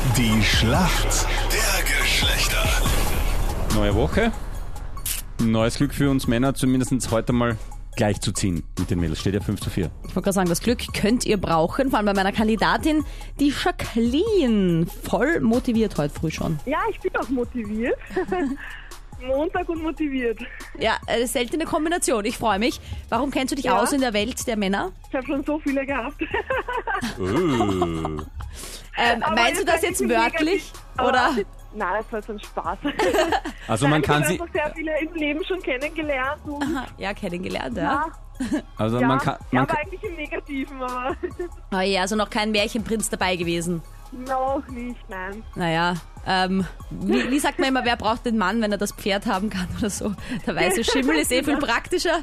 Die Schlacht der Geschlechter. Neue Woche. Neues Glück für uns Männer, zumindest heute mal gleich zu ziehen mit den Mädels. Steht ja 5:4. Ich wollte gerade sagen, das Glück könnt ihr brauchen, vor allem bei meiner Kandidatin, die Jacqueline. Voll motiviert heute früh schon. Ja, ich bin auch motiviert. Montag und motiviert. Ja, eine seltene Kombination. Ich freue mich. Warum kennst du dich aus in der Welt der Männer? Ich habe schon so viele gehabt. Meinst du das jetzt wörtlich? Oder? Nein, das war so ein Spaß. Also man kann ich sie... habe einfach sehr viele im Leben schon kennengelernt. Und Aha, ja, kennengelernt, ja. Also ja, man kann... Man aber kann eigentlich im Negativen, aber Oh ja, also noch kein Märchenprinz dabei gewesen. noch nicht, nein. Naja, wie sagt man immer, wer braucht den Mann, wenn er das Pferd haben kann oder so? Der weiße Schimmel ist viel praktischer.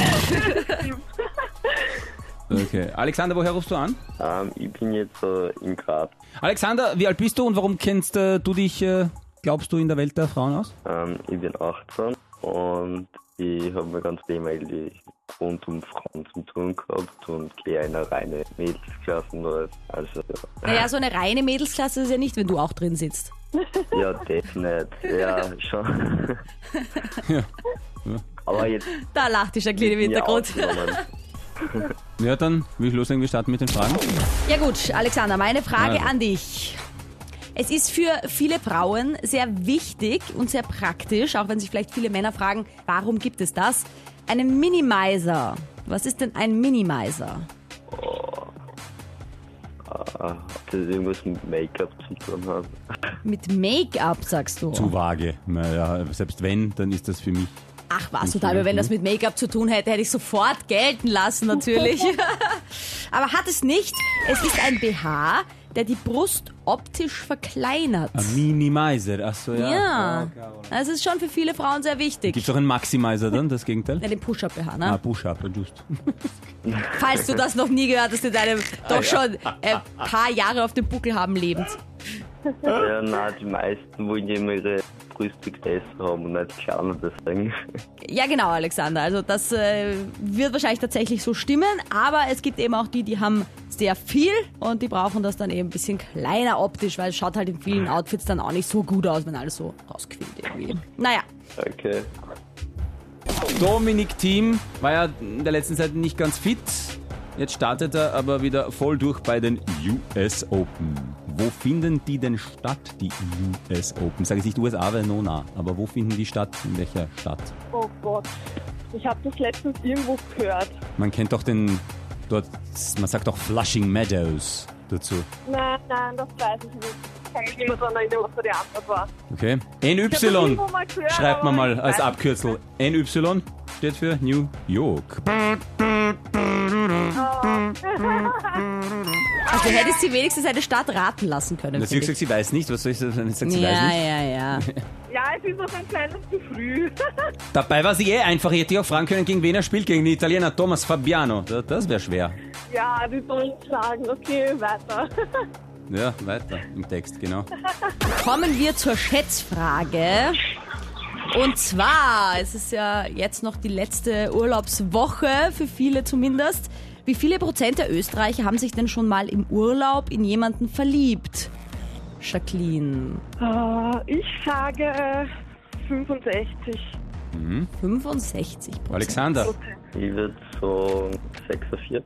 okay. Alexander, woher rufst du an? Ich bin jetzt in Graz. Alexander, wie alt bist du und warum kennst du dich, glaubst du, in der Welt der Frauen aus? Ich bin 18 und ich habe mein ganzes Leben eigentlich rund um Frauen zu tun gehabt und gehe in eine reine Mädelsklasse und alles. Also, Naja, so eine reine Mädelsklasse ist ja nicht, wenn du auch drin sitzt. ja, definitiv. Ja, schon. Ja. Aber jetzt Da lacht die Jacqueline im bin ich Hintergrund. ausgenommen. Ja, dann will ich loslegen, wir starten mit den Fragen. Ja gut, Alexander, meine Frage Also. an dich. Es ist für viele Frauen sehr wichtig und sehr praktisch, auch wenn sich vielleicht viele Männer fragen, warum gibt es das? Einen Minimizer. Was ist denn ein Minimizer? Das irgendwas mit Make-up zu tun hat. Mit Make-up, sagst du? Zu vage. Naja, selbst wenn, dann ist das für mich... Ach was, total, wenn das mit Make-up zu tun hätte, hätte ich sofort gelten lassen, natürlich. Aber hat es nicht. Es ist ein BH, der die Brust optisch verkleinert. Ein Minimizer, ach so, ja. Ja, das ist schon für viele Frauen sehr wichtig. Gibt's auch einen Maximizer dann, das Gegenteil? Ja, den Push-Up-BH, Ah, ne? Push-Up, just. Falls du das noch nie gehört hast in deinem doch schon paar Jahre auf dem Buckel haben lebend. Ja, nein, die meisten wollen ja immer ihre Brüste größer haben und nicht kleiner, deswegen. Ja, genau, Alexander. Also das wird wahrscheinlich tatsächlich so stimmen, aber es gibt eben auch die, die haben sehr viel und die brauchen das dann eben ein bisschen kleiner optisch, weil es schaut halt in vielen Outfits dann auch nicht so gut aus, wenn alles so rausquillt irgendwie. Naja, Okay. Dominik Thiem war ja in der letzten Zeit nicht ganz fit. Jetzt startet er aber wieder voll durch bei den US Open. Wo finden die denn statt, die US Open? Sage ich nicht USA, weil nah. Aber wo finden die statt? In welcher Stadt? Oh Gott. Ich habe das letztens irgendwo gehört. Man kennt doch dort, man sagt doch Flushing Meadows dazu. Nein, das weiß ich nicht. Ich kann mich nicht mehr daran erinnern, was da die Antwort war. Okay. Ich hab das NY irgendwo mal gehört, schreibt man aber mal ich als weiß Abkürzel. NY steht für New York. also du hättest sie wenigstens eine Stadt raten lassen können. Sie hat finde gesagt, sie weiß nicht. Was soll ich sagen? Sie sagt, sie weiß ja, nicht. ja. Ja, es ist noch ein kleines zu früh. Dabei war sie einfach. Ich hätte dich auch fragen können, gegen wen er spielt. Gegen den Italiener Thomas Fabiano. Das wäre schwer. Ja, die sollen sagen, okay, weiter. Ja, weiter im Text, genau. Kommen wir zur Schätzfrage. Und zwar, es ist ja jetzt noch die letzte Urlaubswoche, für viele zumindest. Wie viele Prozent der Österreicher haben sich denn schon mal im Urlaub in jemanden verliebt? Jacqueline. Ich sage 65. 65%. Alexander. Ich würde so 46.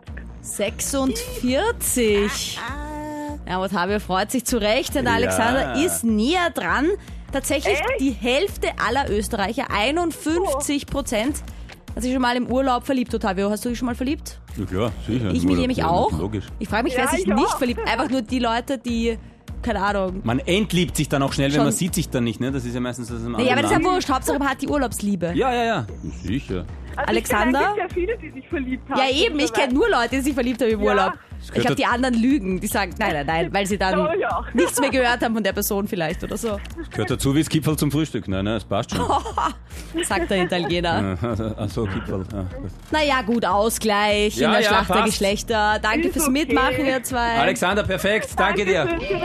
46. Ja, Ottavio freut sich zu Recht, denn der Ja. Alexander ist näher dran. Tatsächlich die Hälfte aller Österreicher, 51%, hat sich schon mal im Urlaub verliebt. Ottavio, hast du dich schon mal verliebt? Ja klar, sicher. Ich mich nämlich auch. Logisch. Ich frage mich, wer Ja, sich ich nicht auch. verliebt. Einfach nur die Leute, die, keine Ahnung. Man entliebt sich dann auch schnell, wenn Schon. man sieht sich dann nicht, ne? Das ist ja meistens das im Ja, aber das ist ja anderen Land. wurscht. Hauptsache man hat die Urlaubsliebe. Ja. Sicher. Also Alexander? Es gibt ja viele, die sich verliebt haben. Ja, eben. Ich kenne nur Leute, die sich verliebt haben im Urlaub. Ich gehört glaube, die anderen lügen. Die sagen, nein, weil sie dann Ja, ja. nichts mehr gehört haben von der Person vielleicht oder so. Gehört dazu wie das Kipferl zum Frühstück. Nein, das passt schon. Sagt der Italiener. Achso, Kipferl. Ja, gut. Naja, gut, Ausgleich Ja, in der ja, Schlacht der passt. Geschlechter. Danke Ist fürs okay. Mitmachen, ihr zwei. Alexander, perfekt. Danke dir. Danke für den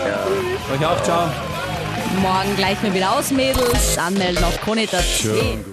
Anruf. Euch auch, ciao. Morgen gleich mal wieder aus, Mädels. Anmelden auf Konita.at.